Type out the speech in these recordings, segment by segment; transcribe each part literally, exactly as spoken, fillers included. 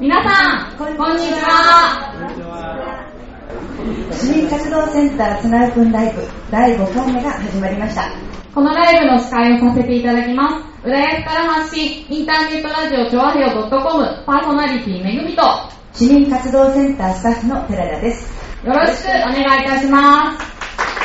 皆さん、こんにちは。 市民活動センターつなうくんライブだいごかいめが始まりました。 このライブの司会をさせていただきます。浦安から発信、インターネットラジオチョアヘオ .com パーソナリティめぐみと市民活動センタースタッフの寺田です。 よろしくお願いいたします。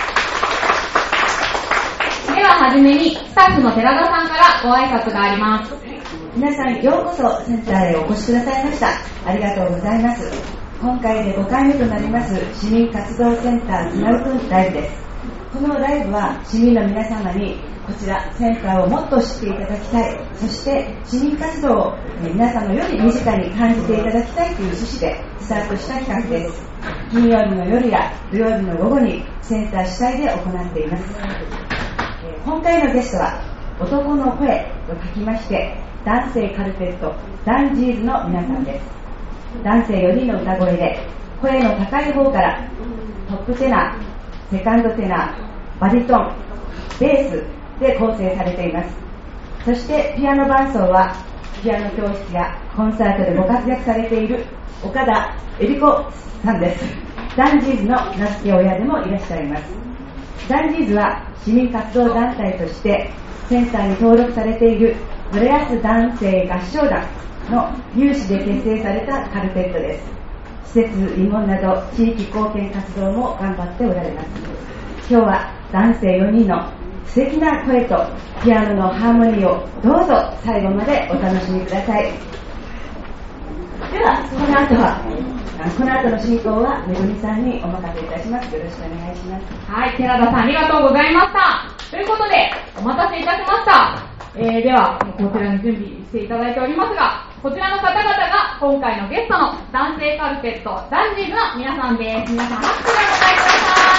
でははじめにスタッフの寺田さんからご挨拶があります。 皆さんようこそセンターへお越しくださいました。ありがとうございます。今回でごかいめとなります市民活動センターつなうくんライブです。このライブは市民の皆様にこちらセンターをもっと知っていただきたい、そして市民活動を皆様より身近に感じていただきたいという趣旨でスタートした企画です。金曜日の夜や土曜日の午後にセンター主催で行っています。今回のゲストは男の声と書きまして男性カルテットダンジーズの皆さんです。男性よにんの歌声で声の高い方からトップテナー、セカンドテナー、バリトン、ベースで構成されています。そしてピアノ伴奏はピアノ教室やコンサートでご活躍されている岡田恵理子さんです。ダンジーズの名付け親でもいらっしゃいます。ダンジーズは市民活動団体としてセンターに登録されている浦安男性合唱団の有志で結成されたカルテットです。施設慰問など地域貢献活動も頑張っておられます。今日は男性よにんの素敵な声とピアノのハーモニーをどうぞ最後までお楽しみください。ではこの後はこの後の進行はめぐみさんにお任せいたします。よろしくお願いします。 はい、寺田さんありがとうございました。ということでお待たせいたしました。えー、ではこちらに準備していただいておりますが、こちらの方々が今回のゲストの男性カルテットダンジーズの皆さんです。皆さん拍手でお迎えくだ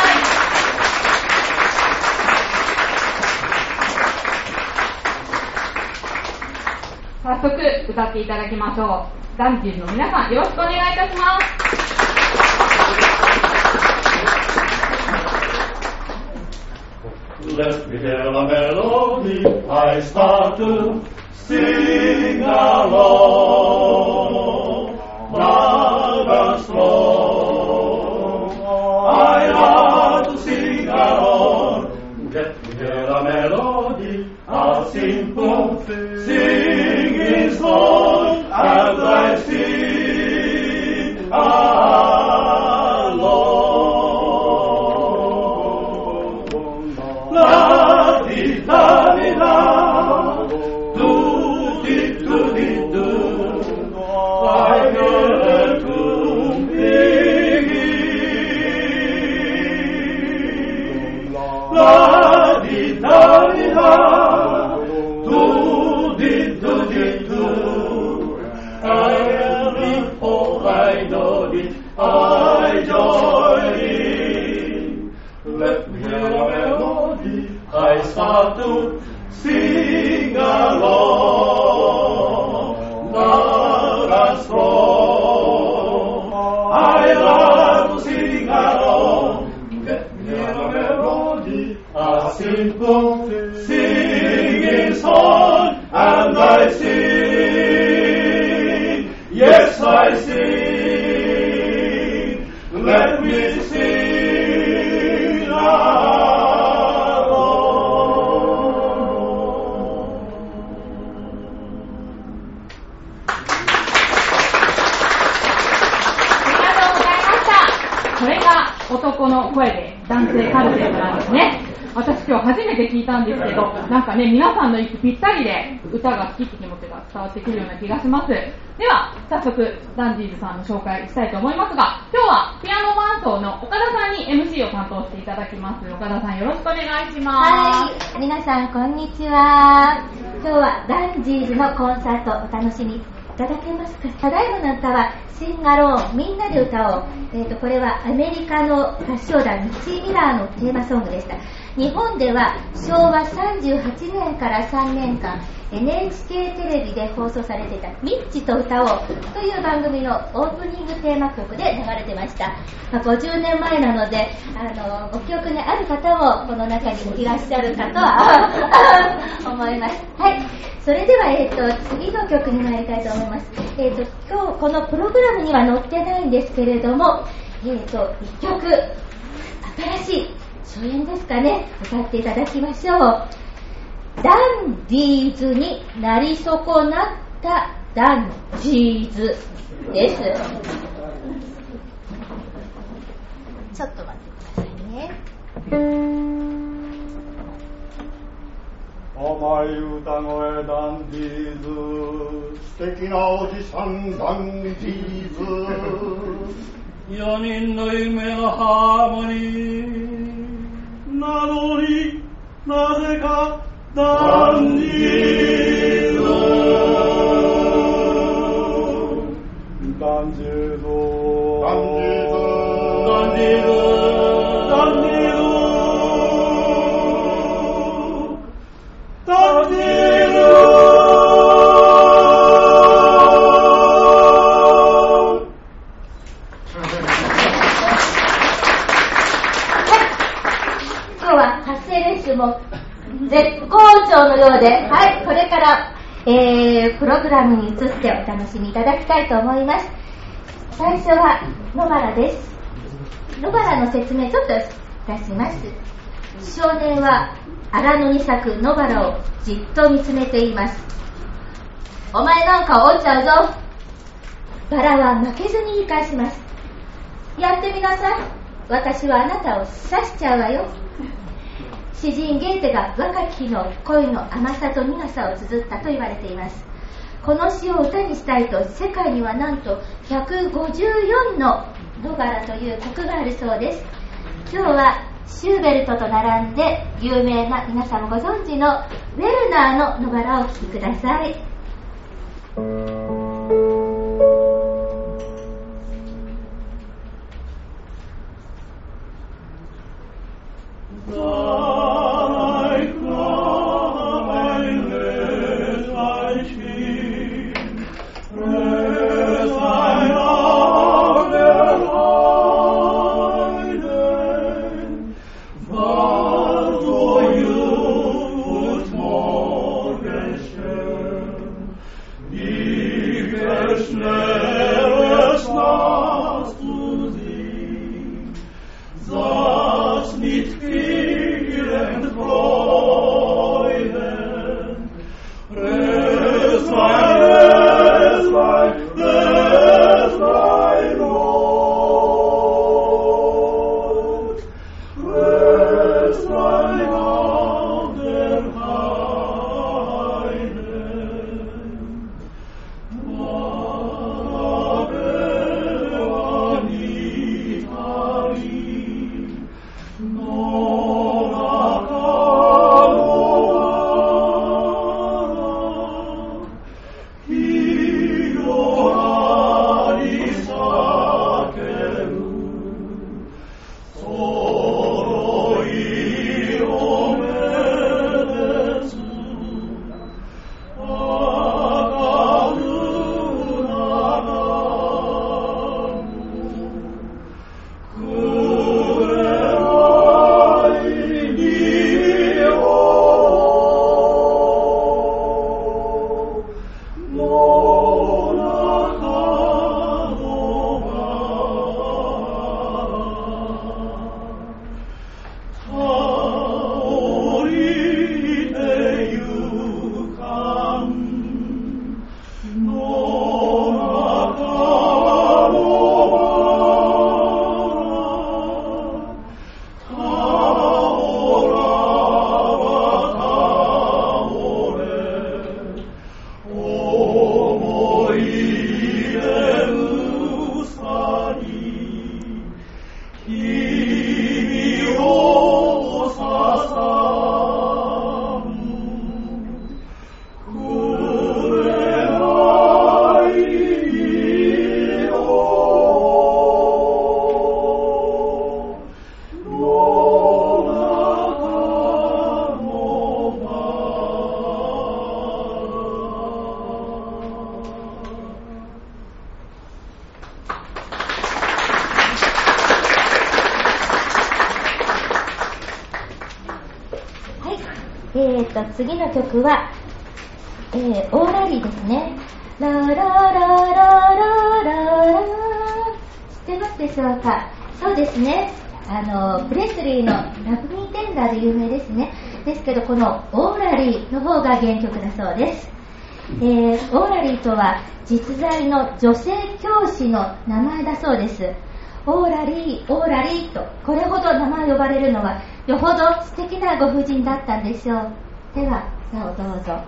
さい。早速歌っていただきましょう。ダンジーズの皆さんよろしくお願いいたします。 Let me hear a melody, I start to sing along, loud and strong. I love to sing along. Let me hear a melody, a simple singing song, and I sing along. La-di-da-di-da, do-di-do-di-do, I hear the tune begin. La-di-da-di-da, do-di-do-di-do, I hear it, oh, I know it, I join in. Let me hear a melody, I start to sing along, loud and strong. I love to sing along. Let me hear a melody, a simple singing song, and I sing, yes I sing. Let me sing along. これが男の声で男性カルテットなんですね。私今日初めて聞いたんですけど、なんかね皆さんの息ぴったりで歌が好きって気持ちが伝わってくるような気がします。では早速ダンジーズさんの紹介したいと思いますが、今日はピアノ伴奏の岡田さんに エムシー を担当していただきます。岡田さんよろしくお願いします。 はい、皆さんこんにちは。今日はダンジーズのコンサートお楽しみいただけますか。ただいまの歌はシンガローン、みんなで歌おう、えーと、これはアメリカの合唱団ミッチー・ミラーのテーマソングでした。日本ではしょうわさんじゅうはちねんからさんねんかんエヌエイチケー テレビで放送されていたミッチと歌おうという番組のオープニングテーマ曲で流れてました。まあ、ごじゅうねんまえなので、あのご記憶にある方もこの中にいらっしゃるかとは思います。はい、それでは、えー、と次の曲に参りたいと思います。えー、と今日このプログラムには載ってないんですけれども、えー、といっきょく新しい初演ですかね、歌っていただきましょう。ダンディーズになり損なったダンジーズです。ちょっと待ってくださいね。 甘い歌声ダンディーズ、素敵なおじさんダンディーズ、よにんの夢がハーモニーなのになぜかダンディーズ、ダンディーズ、ダンディーズ、ダンディーズ、ダンディーズ、ダンディーズ。 今日は発声練習も絶好調のようで、はい、これから、えー、プログラムに移ってお楽しみいただきたいと思います。最初は野原です。野原の説明ちょっといたします。少年は荒野に咲く野原をじっと見つめています。お前なんか折っちゃうぞ。バラは負けずに言い返します。やってみなさい。私はあなたを刺しちゃうわよ。詩人ゲーテが若き日の恋の甘さと苦さを綴ったと言われています。この詩を歌にしたいと世界にはなんとひゃくごじゅうよんの野原という国があるそうです。今日はシューベルトと並んで有名な皆さんもご存知のウェルナーの野原をお聴きください。 Yes. えー、と次の曲は、えー、オーラリーですね。ラララララララ、知ってますでしょうか。そうですね、あのプレスリーのラブミーテンダーで有名ですね。ですけどこのオーラリーの方が原曲だそうです。えー、オーラリーとは実在の女性教師の名前だそうです。オーラリーオーラリーとこれほど名前呼ばれるのはよほど素敵なご婦人だったんでしょう。ではさあどうぞ。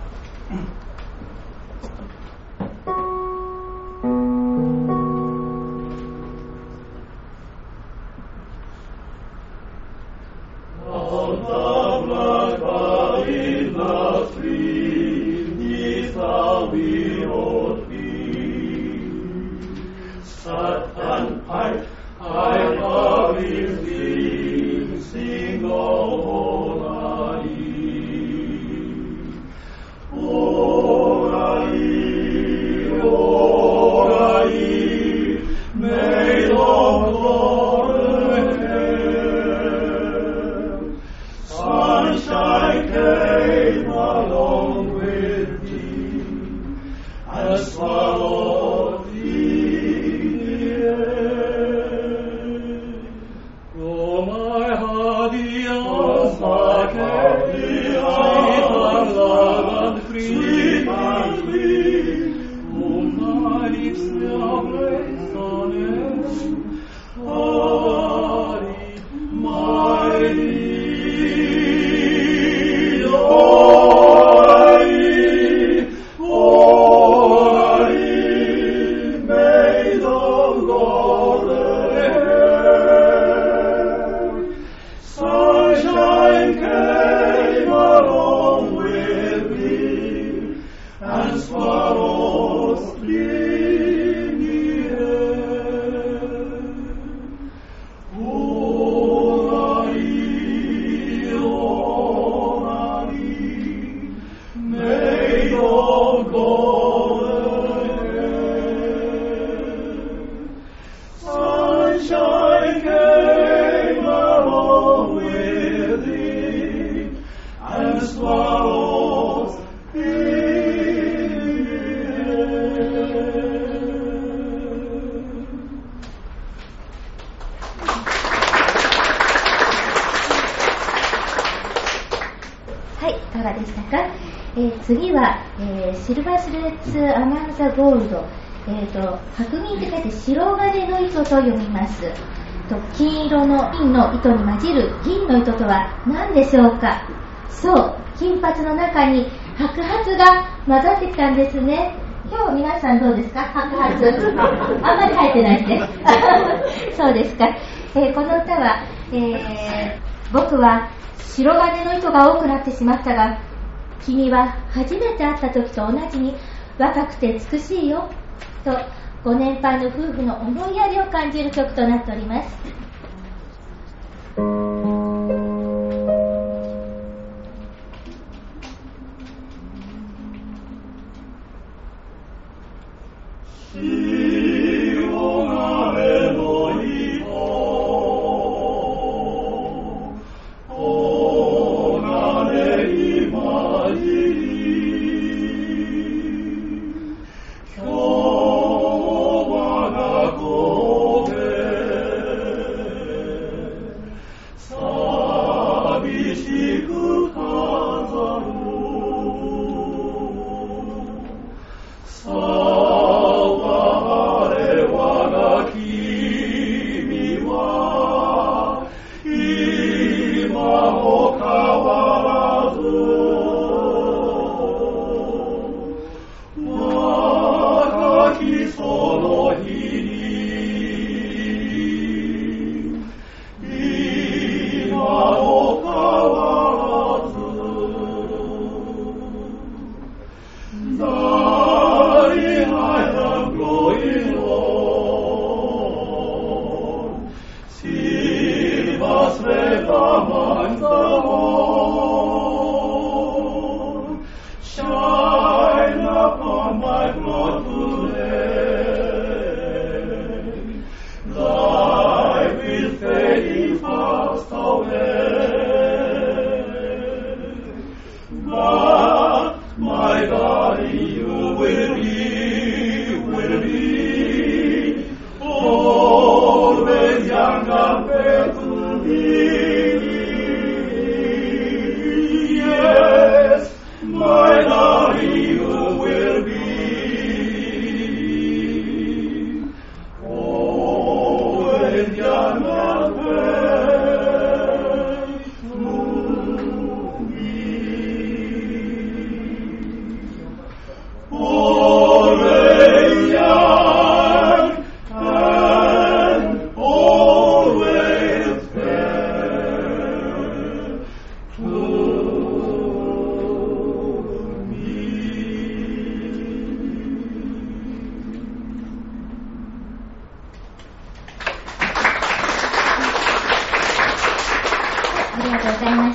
次は、えー、シルバースレッツアマンザゴールド、えーと、白銀って書いて白金の糸と読みます。と金色の銀の糸に混じる銀の糸とは何でしょうか。そう、金髪の中に白髪が混ざってきたんですね。今日皆さんどうですか。白髪あんまり生えてないねそうですか、えー、この歌は、えー、僕は白金の糸が多くなってしまったが君は初めて会った時と同じに若くて美しいよとご年配の夫婦の思いやりを感じる曲となっております。 Shine upon my blood today. りがとうございました。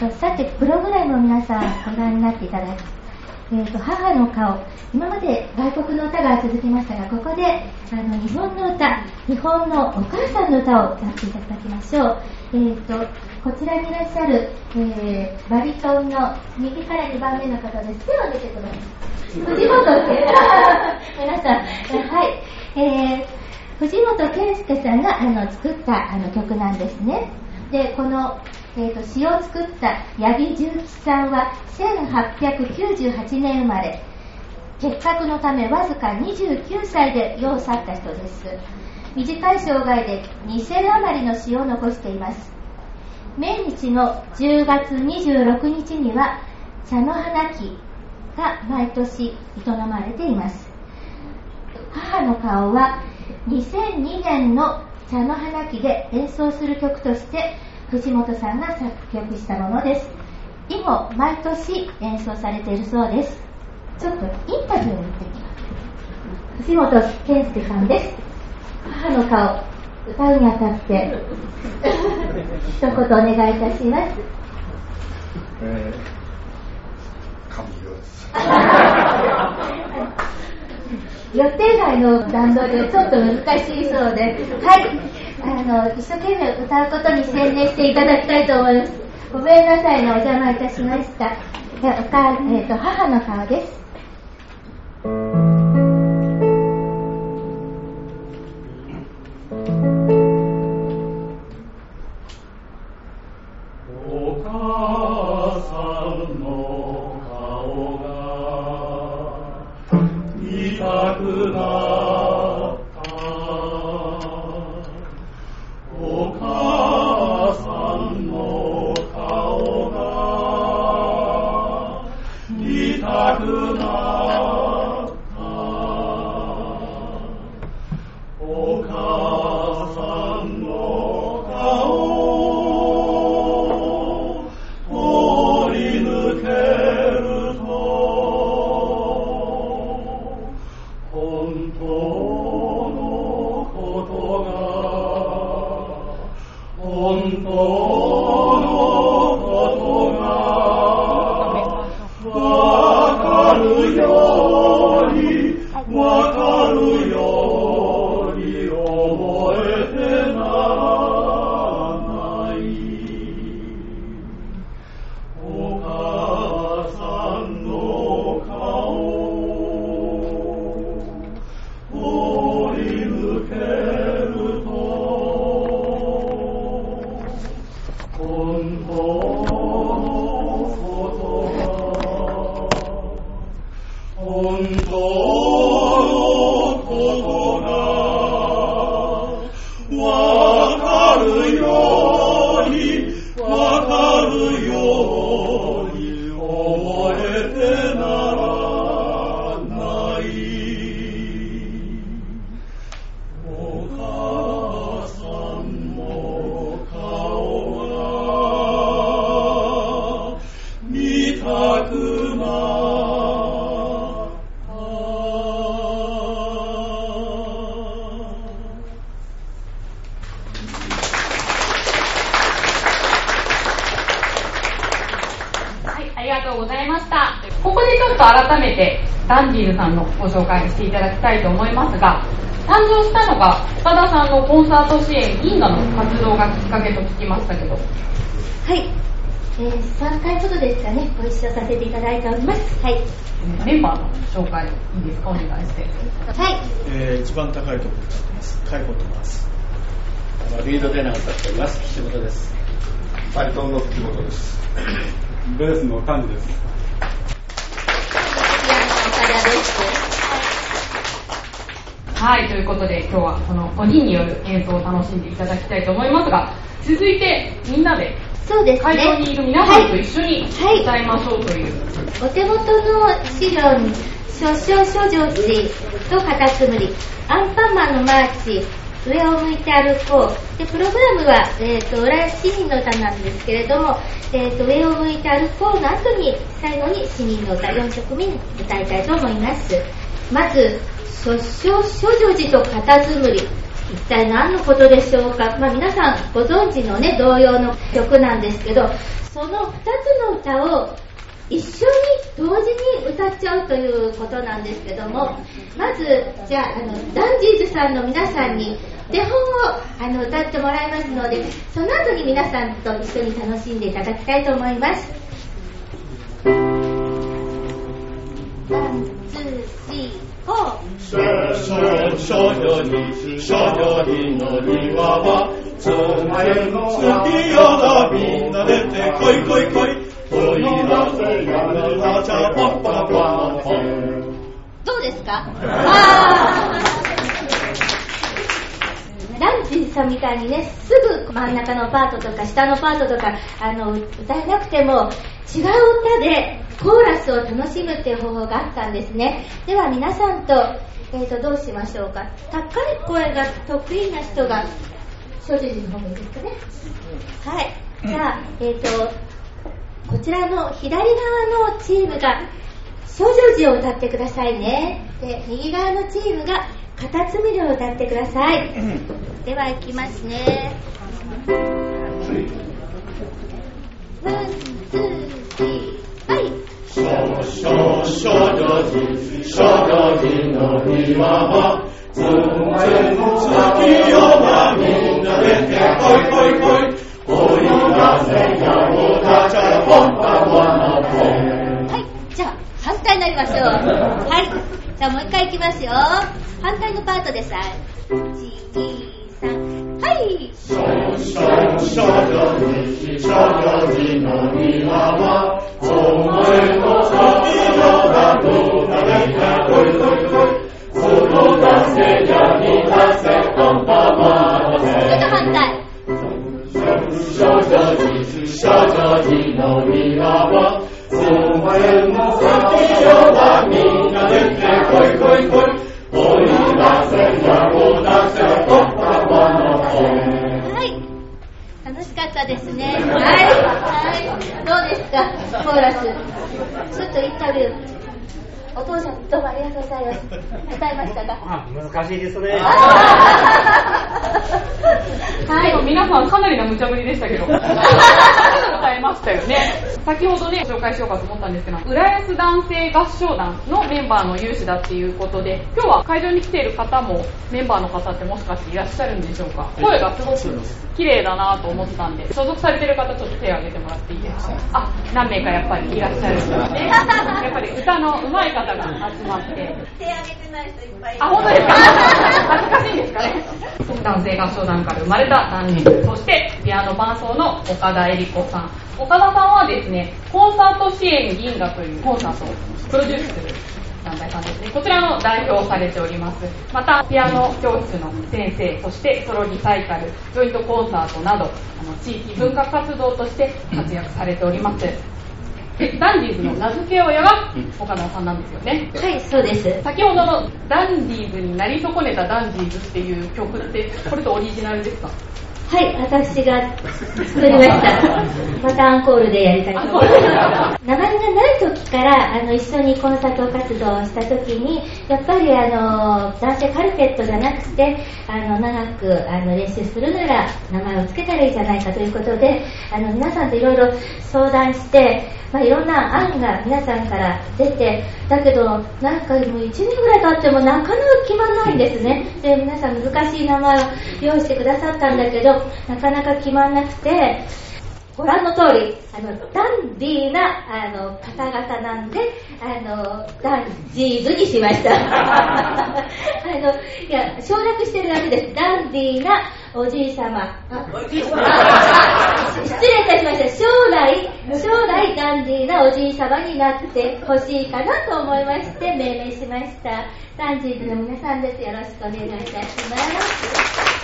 さて、プログラムを皆さんご覧になっていただき、えー、と母の顔、今まで外国の歌が続きましたが、ここであの日本の歌、日本のお母さんの歌を歌っていただきましょう。えー、とこちらにいらっしゃる、えー、バリトンの右からにばんめの方です。手を挙げてください。藤本健皆さん、はい、えー、藤本健介さんがあの作ったあの曲なんですね。で、このえー、と詩を作った八木重吉さんはせんはっぴゃくきゅうじゅうはちねん生まれ、結核のためわずかにじゅうきゅうさいで世を去った人です。短い生涯でにせん余りの詩を残しています。命日のじゅうがつにじゅうろくにちには茶の花期が毎年営まれています。母の顔はにせんにねんの茶の花期で演奏する曲として藤本さんが作曲したものです。以後毎年演奏されているそうです。ちょっとインタビューに行ってきます。藤本健介さんです。母の顔、歌うにあたって一言お願いいたします。 えー、感情です。 予定外の段取りはちょっと難しいそうで、はい、あの一生懸命歌うことに専念していただきたいと思います。ごめんなさいね、お邪魔いたしました。えおか、えーと、母の顔です。 お母さんの顔が見たくなったお母さんの顔が見たくなったお母さんの顔通り抜けると本当のことが本当のことがわかるようにわかるように思えてならないお母さんの顔通り抜けると本当のことが本当のことがわかるようにわかるように思えてならないお母さんの顔が見たくなったはい、ありがとうございました。ここでちょっと改めてダンディーズさんのご紹介していただきたいと思いますが、誕生したのが岡田さんのコンサート支援銀河の活動がきっかけと聞きましたけど。 はい、えー、さんかいほどですかね、ご一緒させていただいております。はい、 メンバーの紹介いいですか、お願いして。 はい、 えー、一番高いところに立ってます。海保と言います。リードテナーを歌っております。岸本です。 バリトンの藤本です。 ベースの丹治です。 岡田です。 はい、ということで今日はこのごにんによる演奏を楽しんでいただきたいと思いますが、続いてみんなでそうですね、 会場にいる皆さんと一緒に歌いましょうという、 はい、お手元の資料に少々諸女子とカタツムリ、アンパンマンのマーチ、上を向いて歩こうで、プログラムは、えー、と浦安市民の歌なんですけれども、えー、と上を向いて歩こうの後に最後に市民の歌よんきょくめ歌いたいと思います。まず少々諸女子とカタツムリ、 一体何のことでしょうか。まあ、皆さんご存知のね童謡の曲なんですけど、そのふたつの歌を一緒に同時に歌っちゃうということなんですけども、まずじゃあ、あのダンジーズさんの皆さんに手本をあの歌ってもらいますので、その後に皆さんと一緒に楽しんでいただきたいと思います。ワン、ツー、スリー、フォー。 少々少女に少女にの庭はつんつん月夜がみんな出てこいこいこいおいらせやるなちゃパッパパパン。 どうですか？あランジーさんみたいにね、すぐ真ん中のパートとか下のパートとかあの歌えなくても違う歌でコーラスを楽しむっていう方法があったんですね。では皆さんと、えーとどうしましょうか。高い声が得意な人が少女時の方がいいですかね。はい。じゃあ、えーとこちらの左側のチームが少女時を歌ってくださいね。で、右側のチームがカタツムリを歌ってください。では行きますね。ワン、ツー、スリー、はい。 少々少女時少女時の庭はつんつん月夜がみんな出てこいこいこいおいらせやおたちゃポンパポンポン。 はい、じゃあ反対になりましょう。はい、じゃあもう一回いきますよ。反対のパートです。いち、に、さん、はい。 少々少女時少女時の庭はお前の月夜がみんな出てこいこいこいその出せやに出せポンパポンポン。 ちょっと反対。 少女時少女時の庭はお前の月夜がみんな出てこいこいこいおいらせやお出せポッパポのポン。 はい、楽しかったですね。はい、はい、どうですかコーラス。ちょっとインタビュー、お父さんどうもありがとうございます。答えましたか？ あ、難しいですね。 はい、皆さんかなりの無茶ぶりでしたけど答えましたよね。先ほどね紹介しようかと思ったんですけど、浦安男性合唱団のメンバーの有志だっていうことで、今日は会場に来ている方もメンバーの方ってもしかしていらっしゃるんでしょうか。声がすごく綺麗だなと思ったんで、所属されてる方ちょっと手を挙げてもらっていいですか。あ、何名かやっぱりいらっしゃるんですね。やっぱり歌の上手い方が集まって。 手挙げてない人いっぱいいる。 あ、本当ですか。恥ずかしいんですかね。男性合唱団から生まれた男児、そしてピアノ伴奏の岡田恵理子さん。岡田さんはですね、コンサート支援銀河というコンサートをプロデュースする団体さんですね。こちらの代表をされております。またピアノ教室の先生、そしてソロリサイタル、ジョイントコンサートなど、あの地域文化活動として活躍されております。ダンディーズの名付け親が岡田さんなんですよね。 はい、そうです。 先ほどのダンディーズになり損ねたダンディーズっていう曲って、これとオリジナルですか？ はい、私が作りました。またアンコールでやりたいと思います。名前がない時からあの一緒にコンサート活動をした時に、やっぱりあの男性カルテットじゃなくて、あの長くあの練習するなら名前を付けたらいいじゃないかということで、あの皆さんといろいろ相談して、まあ、いろんな案が皆さんから出て、だけどなんかもういちねんぐらい経ってもなかなか決まらないんですね。で、皆さん難しい名前を用意してくださったんだけど、なかなか決まらなくて、ご覧の通りあのダンディーなあの方々なんで、あのダンジーズにしましたあのいや省略してるだけです。ダンディーなおじい様、あ失礼いたしました。将来将来ダンディーなおじい様になってほしいかなと思いまして命名しました。ダンジーズの皆さんです。よろしくお願いいたします。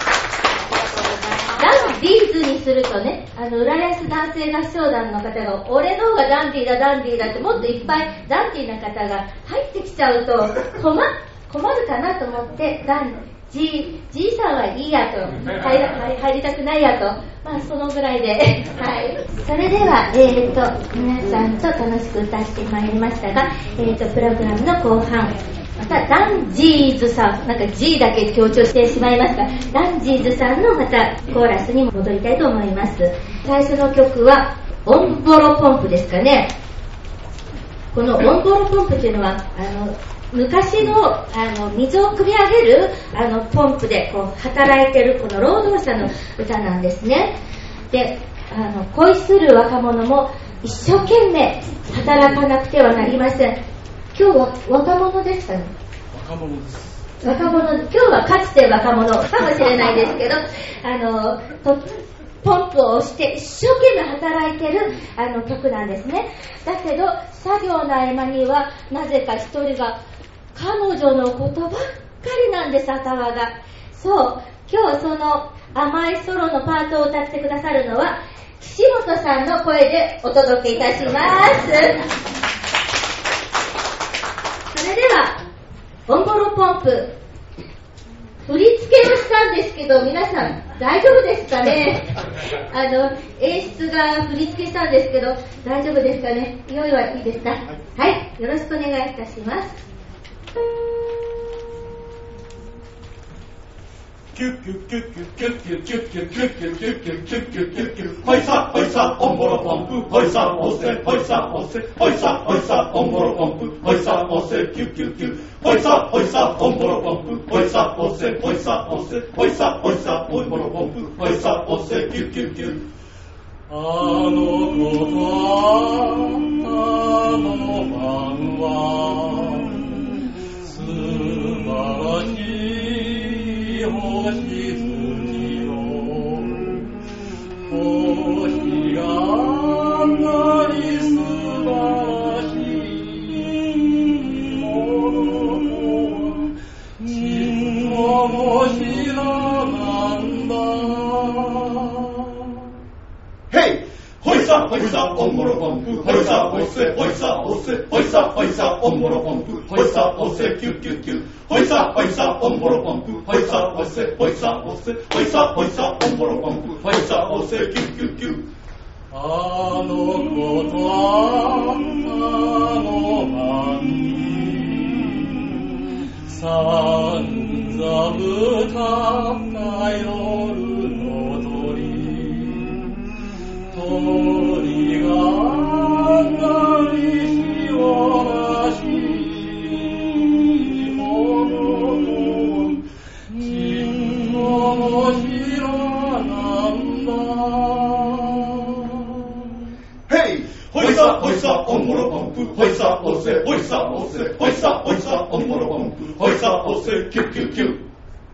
ダンディーズにするとね、あの浦安男性合唱団の方が俺の方がダンディーだダンディーだってもっといっぱいダンディーな方が入ってきちゃうと困困るかなと思って、ダンじじいさんはいいやと、入ら入りたくないやと、まあそのぐらいではい。それではえーと皆さんと楽しく歌ってまいりましたが、えーとプログラムの後半、 またダンジーズさん、なんか G だけ強調してしまいました。ダンジーズさんのまたコーラスに戻りたいと思います。最初の曲はオンボロポンプですかね。このオンボロポンプというのはあの昔 の, あの水を汲み上げるあのポンプでこう働いているこの労働者の歌なんですね。で、あの恋する若者も一生懸命働かなくてはなりません。今日は若者ですかね。 若者です。 若者、今日はかつて若者かもしれないですけど、あのとポンプを押して一生懸命働いてるあの曲なんですね。だけど作業の合間にはなぜか一人が彼女のことばっかりなんです。頭が。そう、今日その甘いソロのパートを歌ってくださるのは岸本さんの声でお届けいたします。それではオンボロポンプ振り付けをしたんですけど、皆さん大丈夫ですかね。あの演出が振り付けしたんですけど大丈夫ですかね。用意はいいですか。はい、よろしくお願いいたします。 キュッキュッキュッキュッキュッキュッキュッキュッキュッキュッキュッキュッキュッキュッキュッキュッほいさほいさオンボロポンプほいさ押せほいさ押せほいさほいさオンボロポンプほいさ押せキュッキュッキュッほいさほいさオンボロポンプほいさ押せほいさ押せほいさほいさオンボロポンプほいさ押せキュッキュッキュッあの子はあの晩は素晴らしい星筋の星があんなに素晴らしいものとはちっとも知らなんだ。ヘイほいさほいさオンボロポンプほいさ押せほいさ押せほいさほいさオンボロポンプほいさ押せキュッキュッキュッほいさほいさオンボロポンプほいさ押せほいさ押せほいさほいさオンボロポンプほいさ押せキュッキュッキュッあの子とあの晩にさんざ歌った夜の鳥鳥があんなに幸らしいものとちっとも知らなんだ。ヘイほいさほいさオンボロポンプほいさ押せほいさ押せほいさほいさオンボロポンプほいさ押せキュッキュッキュッ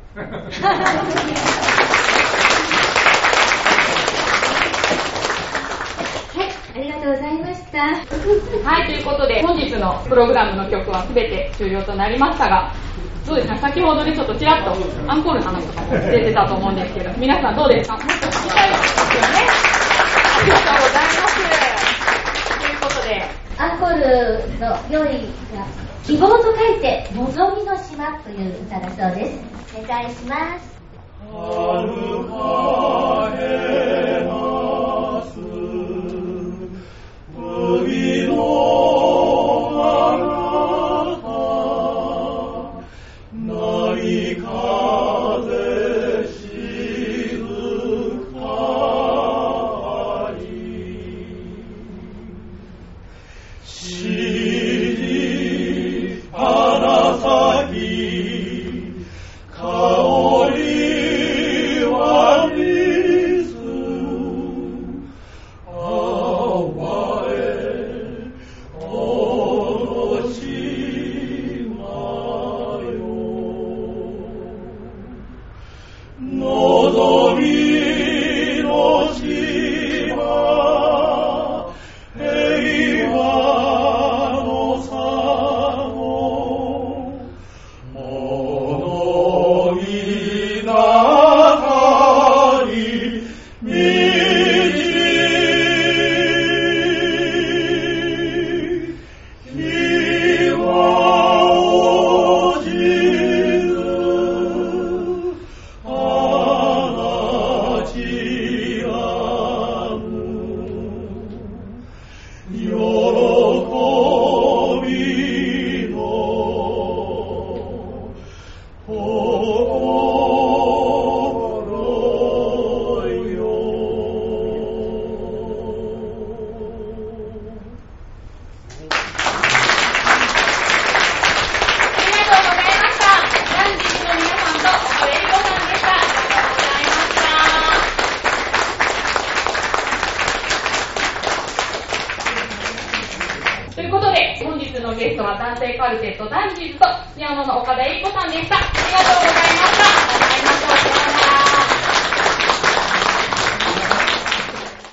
ありがとうございました。 はい、ということで本日のプログラムの曲は全て終了となりましたが、どうですか。先ほどでちょっとちらっとアンコールの話とかも出てたと思うんですけど、皆さんどうですか。もっと聞きたいですよね。ありがとうございます。ということでアンコールの用意が希望と書いて望みの島という歌だそうです。お願いします。 春晴れます海の彼方ない風静かにし花咲き香りは水淡えおの島よのぞみの島平和の佐野物見中に道日は落ちずあな本日のゲストは男性カルテットダンディーズとピアノの岡田栄子さんでした。ありがとうございました。